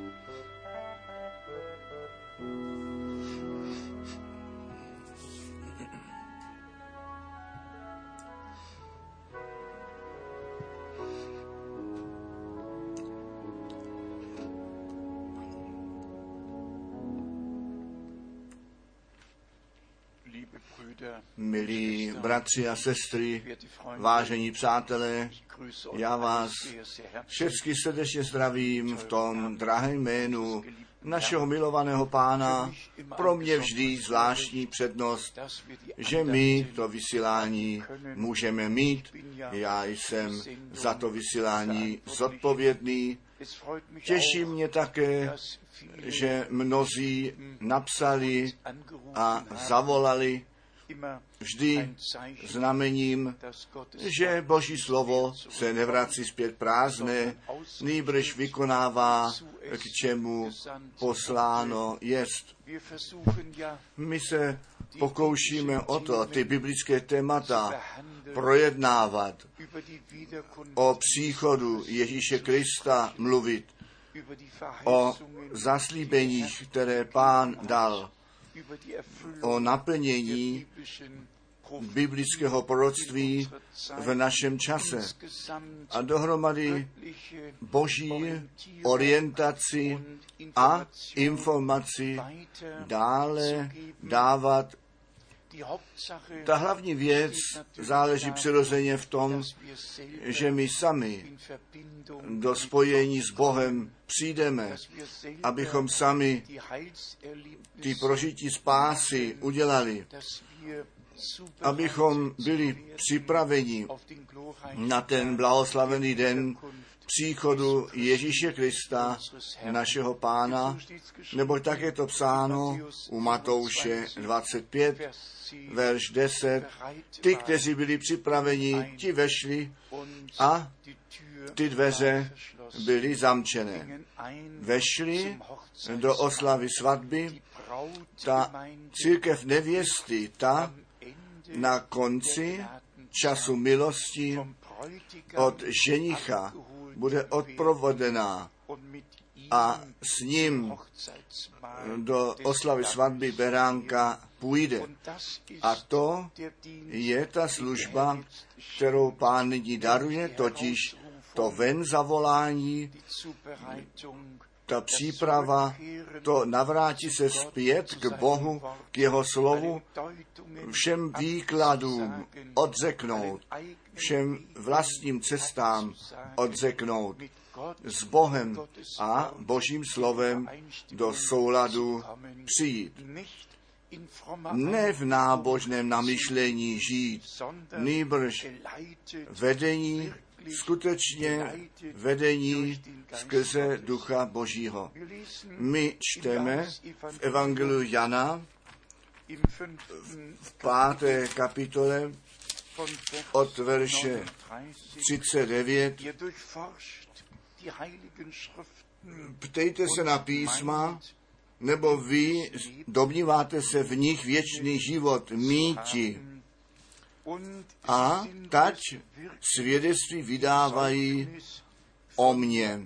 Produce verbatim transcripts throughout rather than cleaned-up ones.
Milí bratři a sestry, vážení přátelé, já vás všechny srdečně zdravím v tom drahém jménu našeho milovaného Pána. Pro mě vždy zvláštní přednost, že my to vysílání můžeme mít. Já jsem za to vysílání zodpovědný. Těší mě také, že mnozí napsali a zavolali vždy znamením, že Boží slovo se nevrací zpět prázdné, nýbrž vykonává, k čemu posláno jest. My se pokoušíme o to, ty biblické témata projednávat, o příchodu Ježíše Krista mluvit, o zaslíbeních, které Pán dal, o naplnění biblického proroctví v našem čase a dohromady boží orientaci a informaci dále dávat. Ta hlavní věc záleží přirozeně v tom, že my sami do spojení s Bohem přijdeme, abychom sami ty prožití spásy udělali, abychom byli připraveni na ten blahoslavený den příchodu Ježíše Krista, našeho Pána, nebo tak je to psáno u Matouše dvacet pět, verš deset. Ty, kteří byli připraveni, ti vešli a ty dveře byly zamčené. Vešli do oslavy svatby, ta církev nevěsty, ta na konci času milosti od ženicha bude odprovodená a s ním do oslavy svatby beránka půjde. A to je ta služba, kterou Pán nyní daruje, totiž to ven zavolání, ta příprava, to navrátí se zpět k Bohu, k jeho slovu, všem výkladům odřeknout, všem vlastním cestám odřeknout, s Bohem a Božím slovem do souladu přijít. Ne v nábožném namyšlení žít, nýbrž vedení, skutečně vedení skrze Ducha Božího. My čteme v Evangeliu Jana v páté kapitole od verše třicet devět. Ptejte se na písma, nebo vy domníváte se v nich věčný život míti. A tať svědectví vydávají o mně.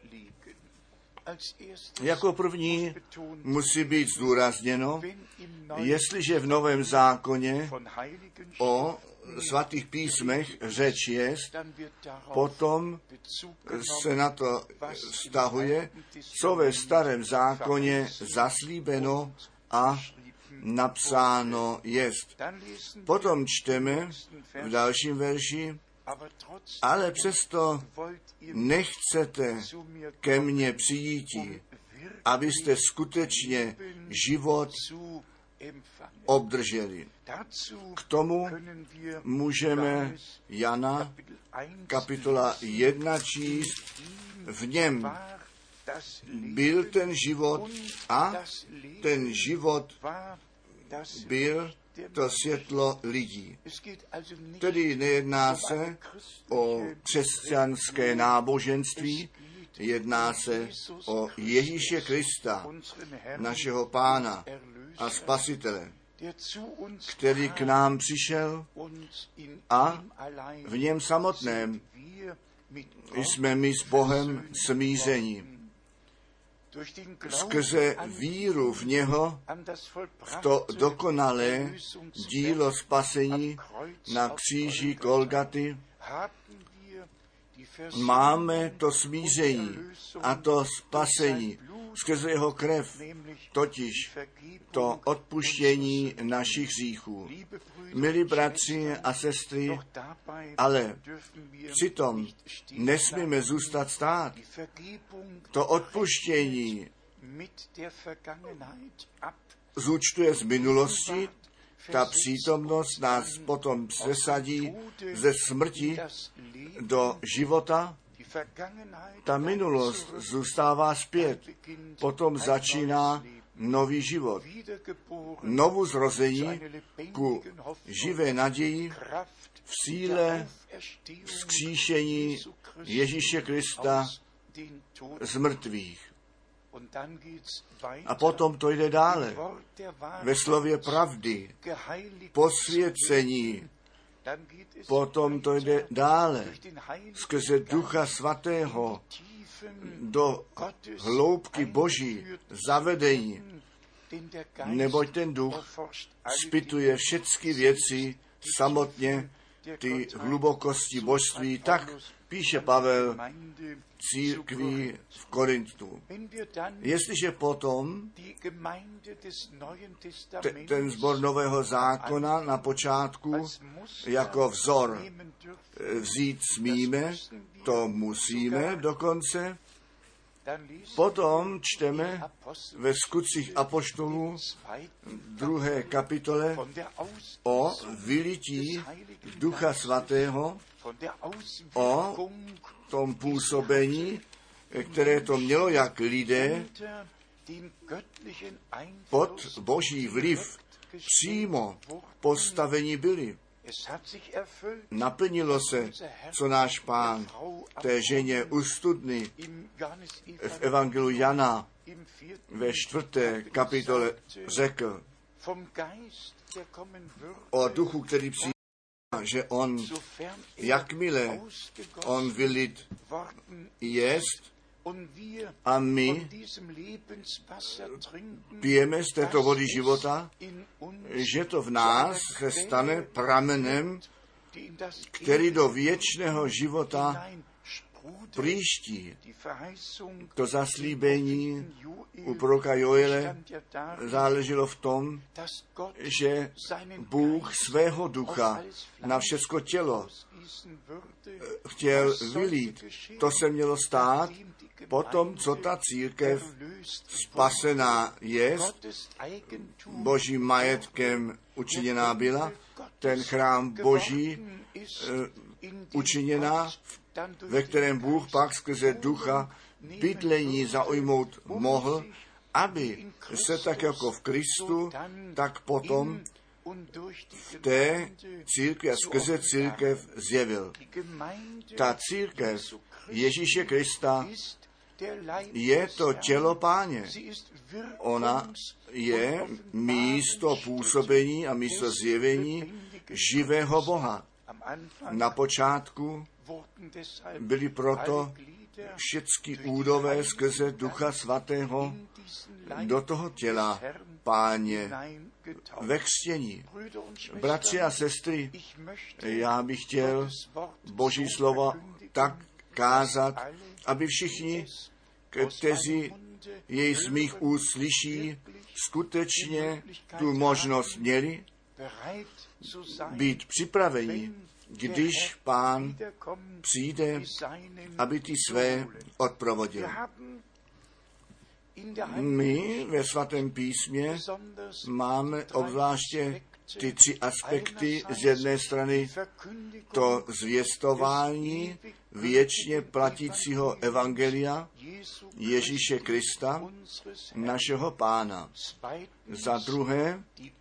Jako první musí být zdůrazněno, jestliže v Novém zákoně o svatých písmech řeč jest, potom se na to vztahuje, co ve starém zákoně zaslíbeno a napsáno jest. Potom čteme v dalším verši, ale přesto nechcete ke mně přijíti, abyste skutečně život obdrželi. K tomu můžeme Jana kapitola jedna číst, v něm byl ten život a ten život byl to světlo lidí. Tedy nejedná se o křesťanské náboženství, jedná se o Ježíše Krista, našeho Pána a Spasitele, který k nám přišel a v něm samotném jsme my s Bohem smíření. skrze víru v něho v to dokonalé dílo spasení na kříži Golgaty máme to smíření a to spasení skrze jeho krev, totiž to odpuštění našich hříchů. Milí bratři a sestry, ale přitom nesmíme zůstat stát. To odpuštění zúčtuje z minulosti, ta přítomnost nás potom přesadí ze smrti do života. Ta minulost zůstává zpět, potom začíná nový život, novu zrození ku živé naději v síle vzkříšení Ježíše Krista z mrtvých. A potom to jde dále. Ve slově pravdy, posvěcení, potom to jde dále. Skrze Ducha Svatého do hloubky Boží zavedení. Neboť ten Duch zpytuje všechny věci samotně, ty hlubokosti božství, tak píše Pavel církví v Korintu. Jestliže potom te, ten sbor Nového zákona na počátku jako vzor vzít smíme, to musíme dokonce, potom čteme ve Skutcích apoštolů druhé kapitole o vylití Ducha Svatého, o tom působení, které to mělo, jak lidé pod boží vliv přímo postavení byli. Naplnilo se, co náš Pán té ženě u studny v evangeliu Jana ve čtvrté kapitole řekl o duchu, který přijde, že on, jakmile on vylit jest, a my pijeme z této vody života, že to v nás se stane pramenem, který do věčného života příští. To zaslíbení u proroka Joele záleželo v tom, že Bůh svého ducha na všechno tělo chtěl vylít. To se mělo stát potom, co ta církev spasená jest, božím majetkem učiněná byla, ten chrám boží učiněná, ve kterém Bůh pak skrze ducha bydlení zaujmout mohl, aby se tak jako v Kristu, tak potom v té církvi a skrze církev zjevil. Ta církev Ježíše Krista je to tělo Páně. Ona je místo působení a místo zjevení živého Boha. Na počátku byli proto všechny údové skrze Ducha Svatého do toho těla Páně ve křtění. Bratři a sestry, já bych chtěl Boží slovo tak kázat, aby všichni, kteří jej z mých úst slyší, skutečně tu možnost měli být připraveni, když Pán přijde, aby ty své odprovodil. My ve svatém písmě máme obzvláště ty tři aspekty. Z jedné strany to zvěstování věčně platícího evangelia Ježíše Krista, našeho Pána. Za druhé,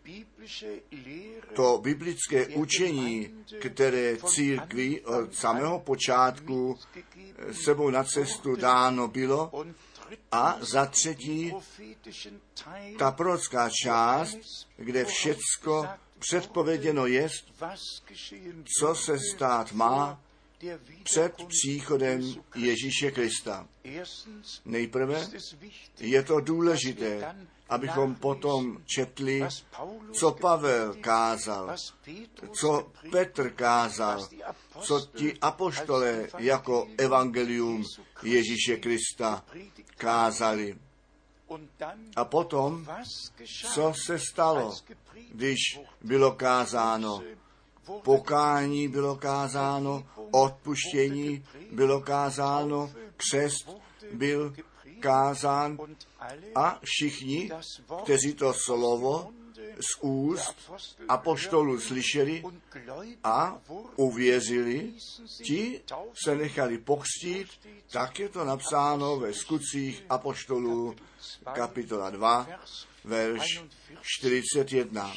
to biblické učení, které církvi od samého počátku sebou na cestu dáno bylo. A za třetí, ta prorocká část, kde všecko předpověděno jest, co se stát má před příchodem Ježíše Krista. Nejprve je to důležité, abychom potom četli, co Pavel kázal, co Petr kázal, co ti apoštolé jako evangelium Ježíše Krista kázali. A potom, co se stalo, když bylo kázáno. Pokání bylo kázáno, odpuštění bylo kázáno, křest byl kázán a všichni, kteří to slovo z úst apoštolů slyšeli a uvěřili, ti se nechali pokřtít, tak je to napsáno ve Skutcích apoštolů kapitola dva, verš čtyřicet jedna.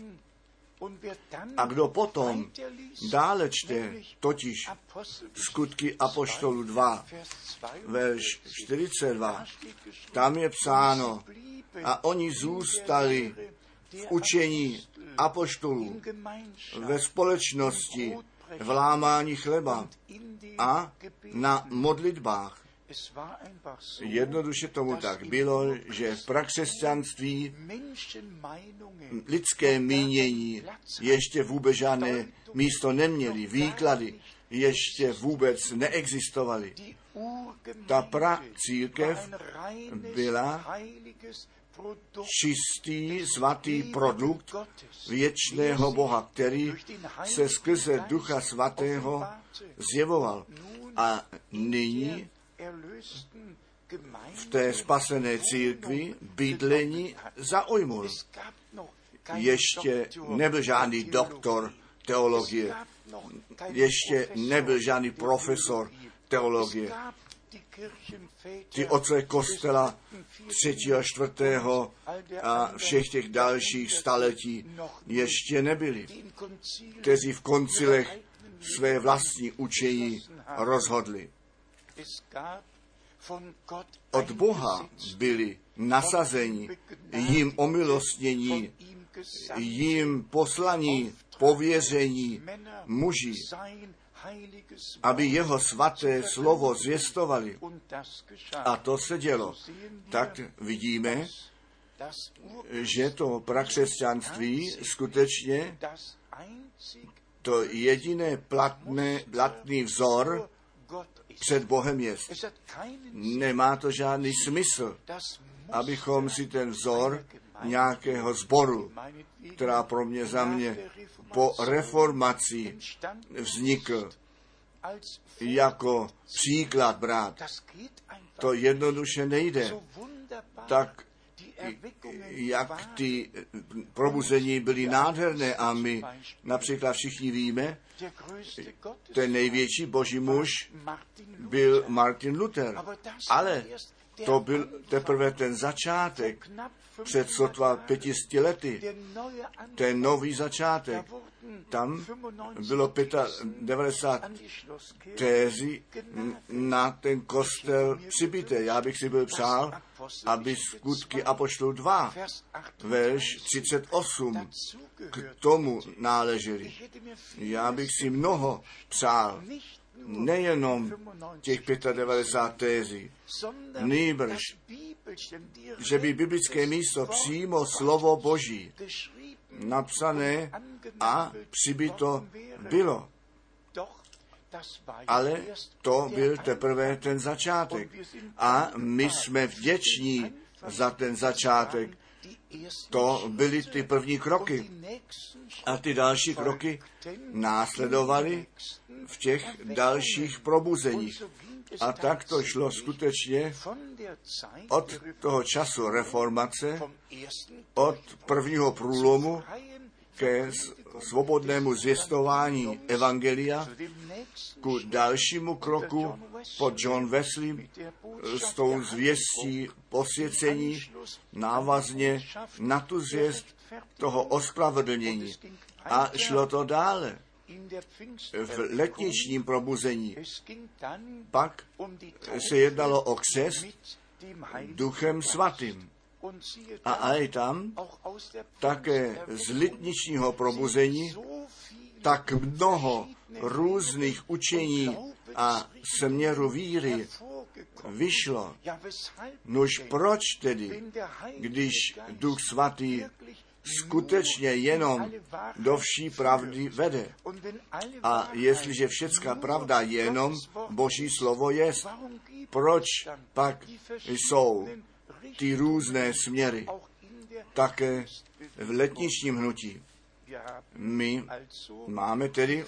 A kdo potom dále čte, totiž Skutky apoštolů dva, verš čtyřicet dva, tam je psáno, a oni zůstali v učení apoštolů, ve společnosti, v lámání chleba a na modlitbách. Jednoduše tomu tak bylo, že v prakřesťanství lidské mínění ještě vůbec žádné místo neměli, výklady ještě vůbec neexistovaly. Ta pracírkev byla čistý, svatý produkt věčného Boha, který se skrze Ducha Svatého zjevoval. A nyní v té spasené církvi bydlení zaujmul. Ještě nebyl žádný doktor teologie, ještě nebyl žádný profesor teologie. Ty otce kostela třetího a čtvrtého a všech těch dalších staletí ještě nebyli, kteří v koncilech své vlastní učení rozhodli. Od Boha byli nasazeni, jim omilostnění, jim poslaní, pověření muži, aby jeho svaté slovo zvěstovali. A to se dělo. Tak vidíme, že to prakřesťanství skutečně to jediné platné, platný vzor před Bohem je. Nemá to žádný smysl, abychom si ten vzor nějakého sboru, která pro mě za mě po reformaci vznikl, jako příklad brát. To jednoduše nejde. Tak jak ty probuzení byly nádherné a my například všichni víme, ten největší boží muž byl Martin Luther. Ale to byl teprve ten začátek před sotva pětisty lety. Ten nový začátek. Tam bylo devadesát pět tézí na ten kostel přibité. Já bych si byl přál, aby Skutky apoštolů dva, verš třicet osm, k tomu náleželi. Já bych si mnoho přál, nejenom těch devadesát pět tézí, nýbrž, že by biblické místo přímo slovo Boží napsané a přibito bylo. Ale to byl teprve ten začátek. A my jsme vděční za ten začátek. To byly ty první kroky. A ty další kroky následovaly v těch dalších probuzeních. A tak to šlo skutečně od toho času reformace, od prvního průlomu ke svobodnému zvěstování evangelia, ku dalšímu kroku pod John Wesley s tou zvěstí posvěcení návazně na tu zvěst toho ospravedlnění. A šlo to dále. V letničním probuzení pak se jednalo o křest Duchem Svatým. A aj tam také z letničního probuzení tak mnoho různých učení a směru víry vyšlo. Nož proč tedy, když Duch Svatý skutečně jenom do vší pravdy vede? A jestliže všecká pravda jenom Boží slovo je, proč pak jsou ty různé směry také v letničním hnutí? My máme tedy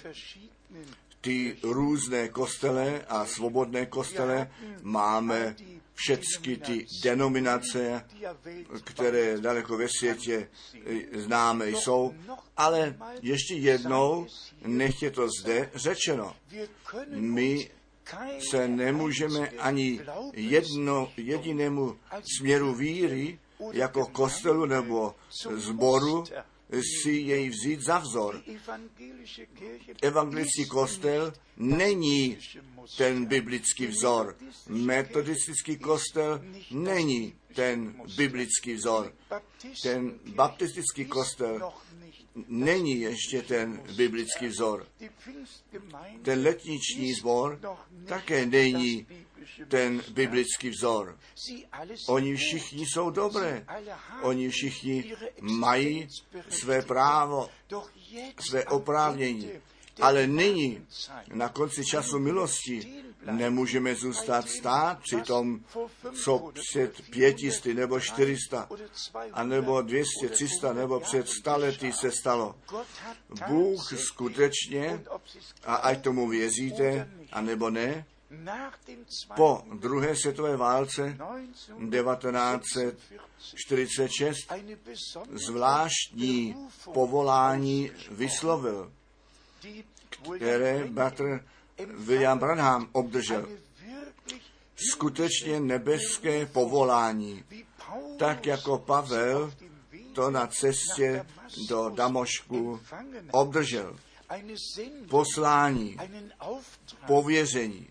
ty různé kostele a svobodné kostele, máme všechny ty denominace, které daleko ve světě známe jsou, ale ještě jednou nech je to zde řečeno. My se nemůžeme ani jedno, jedinému směru víry jako kostelu nebo sboru si jej vzít za vzor. Evangelický kostel není ten biblický vzor. Metodistický kostel není ten biblický vzor. Ten baptistický kostel není ještě ten biblický vzor. Ten letniční sbor také není ten biblický vzor. Oni všichni jsou dobré. Oni všichni mají své právo, své oprávnění. Ale nyní, na konci času milosti, nemůžeme zůstat stát při tom, co před pětisty nebo čtyřista, anebo dvěstě, tři sta, nebo před sta lety se stalo. Bůh skutečně, a ať tomu věříte, anebo ne, po druhé světové válce devatenáct set čtyřicet šest zvláštní povolání vyslovil, které bratr William Branham obdržel. Skutečně nebeské povolání, tak jako Pavel to na cestě do Damošku obdržel. Poslání, pověření.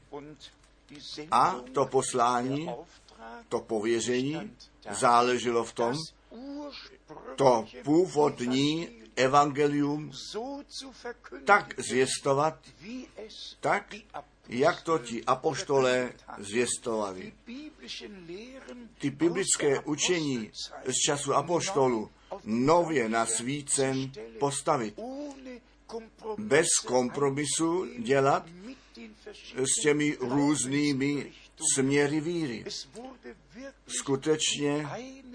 A to poslání, to pověření záleželo v tom, to původní evangelium tak zvěstovat, tak, jak to ti apoštolé zvěstovali. Ty biblické učení z času apoštolů nově nasvícen postavit. Bez kompromisu dělat s těmi různými směry víry. Skutečně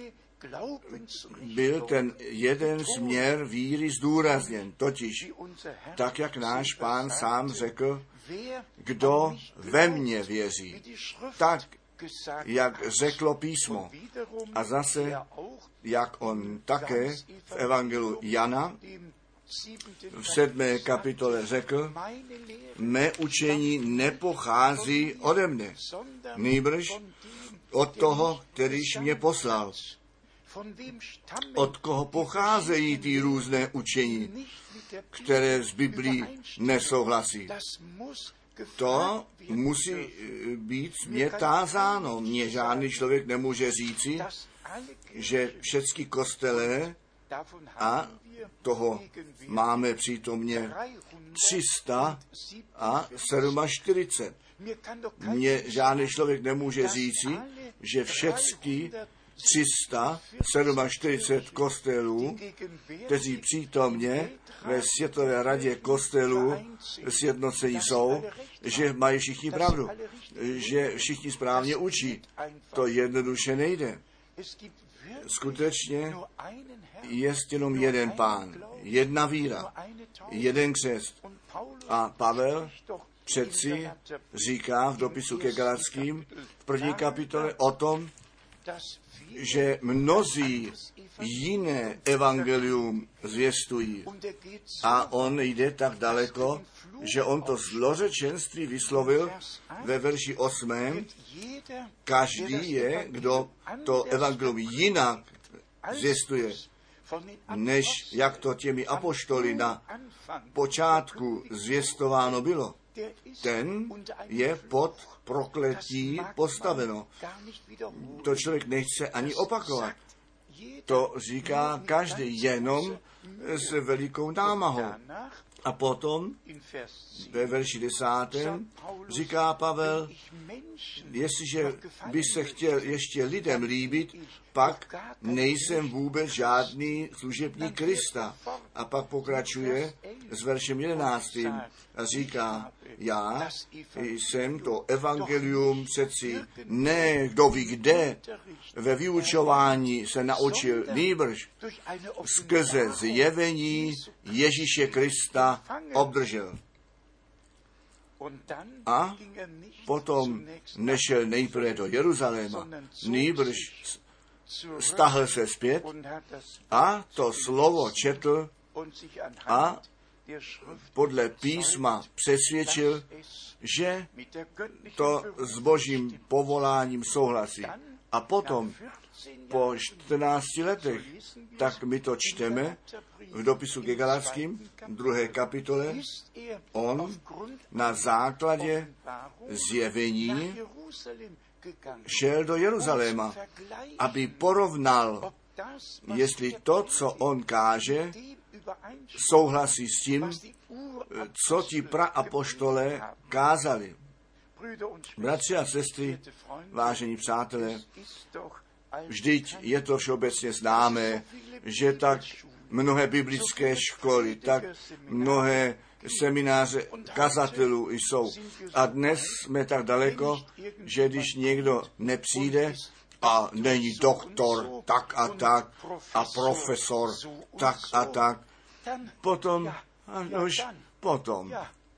byl ten jeden směr víry zdůrazněn, totiž tak, jak náš Pán sám řekl, kdo ve mně věří, tak, jak řeklo písmo. A zase, jak on také v evangelu Jana v sedmé kapitole řekl, mé učení nepochází ode mne, nýbrž od toho, kterýž mě poslal. Od koho pocházejí ty různé učení, které z Biblí nesouhlasí? To musí být mě tázáno. Mně žádný člověk nemůže říci, že všechny kostelé, a toho máme přítomně tři sta čtyřicet sedm. Mně žádný člověk nemůže říci, že všechny tři sta čtyřicet sedm kostelů, kteří přítomně ve Světové radě kostelů sjednocení jsou, že mají všichni pravdu, že všichni správně učí. To jednoduše nejde. Skutečně je jenom jeden Pán, jedna víra, jeden křest. A Pavel přeci říká v dopisu ke Galatským v první kapitole o tom, že mnozí jiné evangelium zvěstují. A on jde tak daleko, že on to zlořečenství vyslovil ve verši osmém. Každý je, kdo to evangelium jinak zvěstuje, než jak to těmi apoštoly na počátku zvěstováno bylo. Ten je pod prokletí postaveno. To člověk nechce ani opakovat. To říká každý jenom s velikou námahou. A potom ve verši desátém říká Pavel, jestliže by se chtěl ještě lidem líbit, pak nejsem vůbec žádný služebník Krista. A pak pokračuje s veršem jedenáctým a říká, já jsem to evangelium přeci ne kdo ví kde ve vyučování se naučil, nýbrž skrze zjevení Ježíše Krista obdržel. A potom nešel nejprve do Jeruzaléma, nýbrž stahl se zpět a to slovo četl a podle písma přesvědčil, že to s božím povoláním souhlasí. A potom po čtrnácti letech, tak my to čteme v dopisu ke Galatským, druhé kapitole, on na základě zjevení šel do Jeruzaléma, aby porovnal, jestli to, co on káže, souhlasí s tím, co ti praapoštolé kázali. Bratři a sestry, vážení přátelé, vždyť je to všeobecně známé, že tak mnohé biblické školy, tak mnohé semináře kazatelů jsou. A dnes jsme tak daleko, že když někdo nepřijde a není doktor tak a tak a profesor tak a tak, potom, už potom,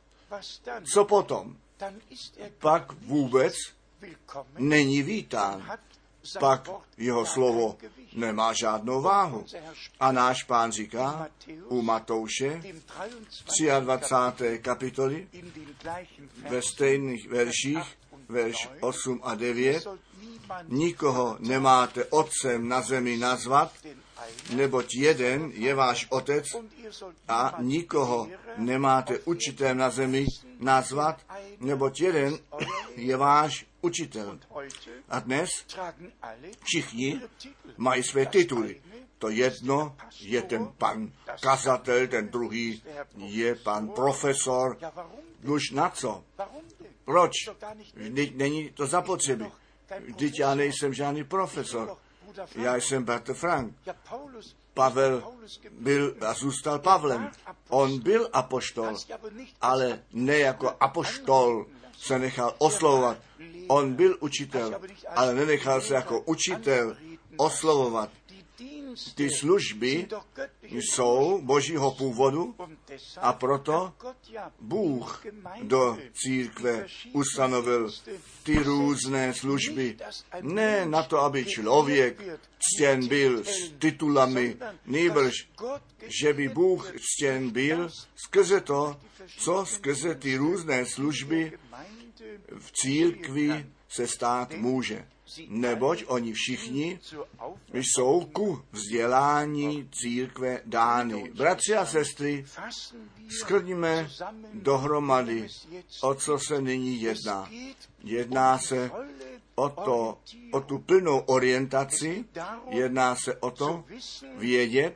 co potom? Pak vůbec není vítán. Pak jeho slovo nemá žádnou váhu. A náš Pán říká u Matouše dvacáté třetí kapitoly ve stejných verších, verš osm a devět, nikoho nemáte otcem na zemi nazvat, neboť jeden je váš otec a nikoho nemáte učitelem na zemi nazvat, neboť jeden je váš učitel. A dnes všichni mají své tituly. To jedno je ten pan kazatel, ten druhý je pan profesor. Už na co? Proč? Vždyť není to zapotřebí. Vždyť já nejsem žádný profesor. Já jsem bratr Frank. Pavel byl a zůstal Pavlem. On byl apoštol, ale ne jako apoštol se nechal oslovovat. On byl učitel, ale nenechal se jako učitel oslovovat. Ty služby jsou božího původu a proto Bůh do církve ustanovil ty různé služby. Ne na to, aby člověk ctěn byl s titulami, nýbrž, že by Bůh ctěn byl skrze to, co skrze ty různé služby v církvi se stát může. Neboť oni všichni jsou ku vzdělání církve dány. Bratři a sestry, shrníme dohromady, o co se nyní jedná. Jedná se o, to, o tu plnou orientaci, jedná se o to vědět,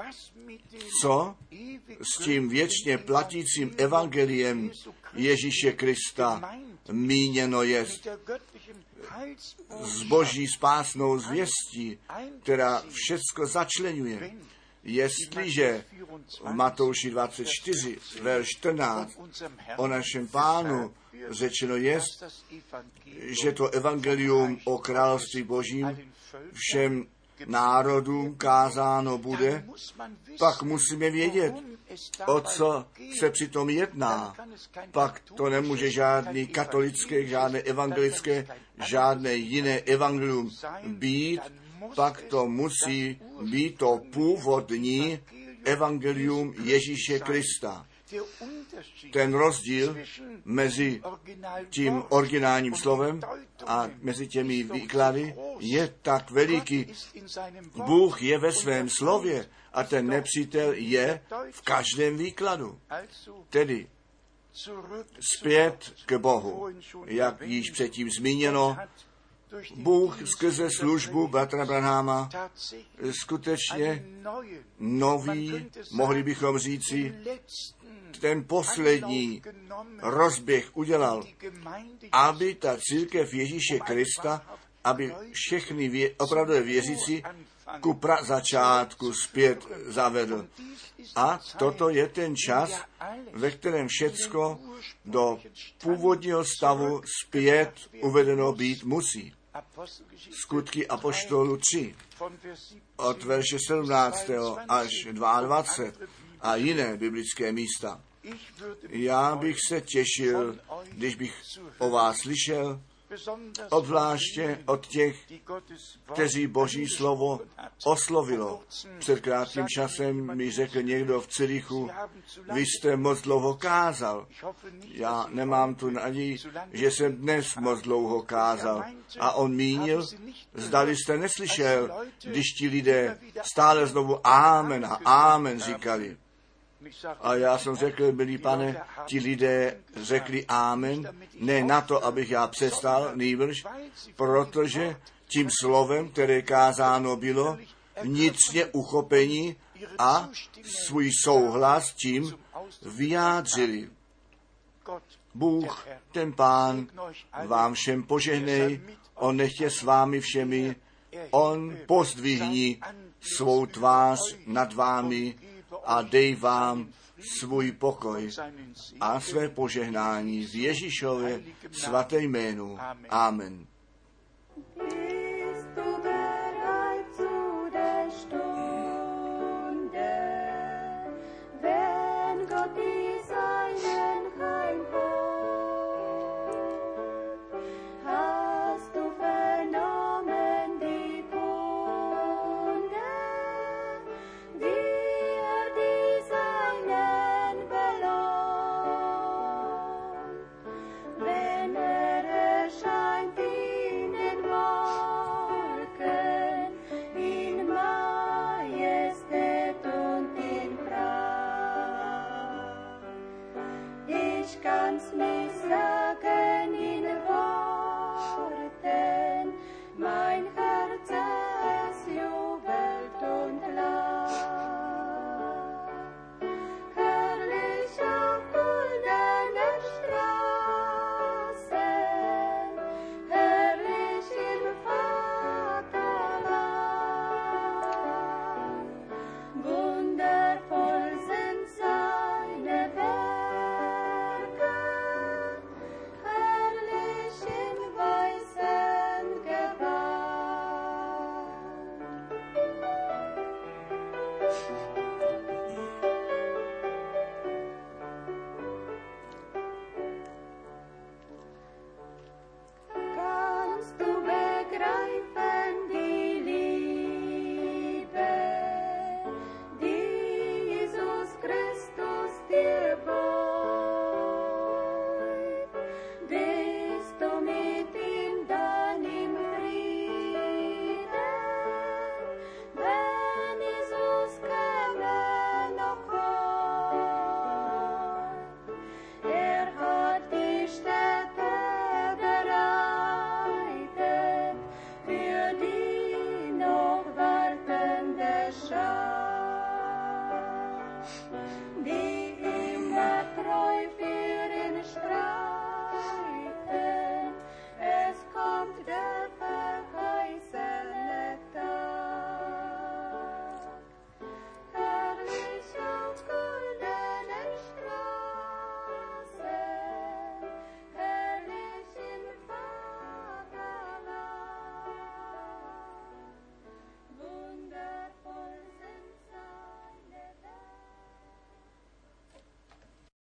co s tím věčně platícím evangeliem Ježíše Krista míněno jest, s boží spásnou zvěstí, která všecko začleňuje. Jestliže v Matouši dvacet čtyři, verš čtrnáct, o našem Pánu řečeno jest, že to evangelium o království božím všem národům kázáno bude, pak musíme vědět, o co se přitom jedná. Pak to nemůže žádný katolické, žádné evangelické, žádné jiné evangelium být, pak to musí být to původní evangelium Ježíše Krista. Ten rozdíl mezi tím originálním slovem a mezi těmi výklady je tak veliký. Bůh je ve svém slově a ten nepřítel je v každém výkladu. Tedy zpět k Bohu, jak již předtím zmíněno, Bůh skrze službu bratra Branhama skutečně nový, mohli bychom říci, ten poslední rozběh udělal, aby ta církev Ježíše Krista, aby všechny vě, opravdové věřící ku prazačátku zpět zavedl. A toto je ten čas, ve kterém všecko do původního stavu zpět uvedeno být musí. Skutky apoštolů tři, od verše sedmnáctého až dvacet dva a jiné biblické místa. Já bych se těšil, když bych o vás slyšel, obzvláště od těch, kteří Boží slovo oslovilo. Před krátkým časem mi řekl někdo v Cirichu, vy jste moc dlouho kázal. Já nemám tu naději, že jsem dnes moc dlouho kázal. A on mínil, zdali jste neslyšel, když ti lidé stále znovu amen a amen říkali. A já jsem řekl, milý pane, ti lidé řekli amen, ne na to, abych já přestal, nýbrž, protože tím slovem, které kázáno bylo, vnitřně uchopení a svůj souhlas tím vyjádřili. Bůh, ten Pán, vám všem požehnej, on nechtě s vámi všemi, on pozdvihni svou tvář nad vámi a dej vám svůj pokoj a své požehnání v Ježíšově svaté jménu. Amen.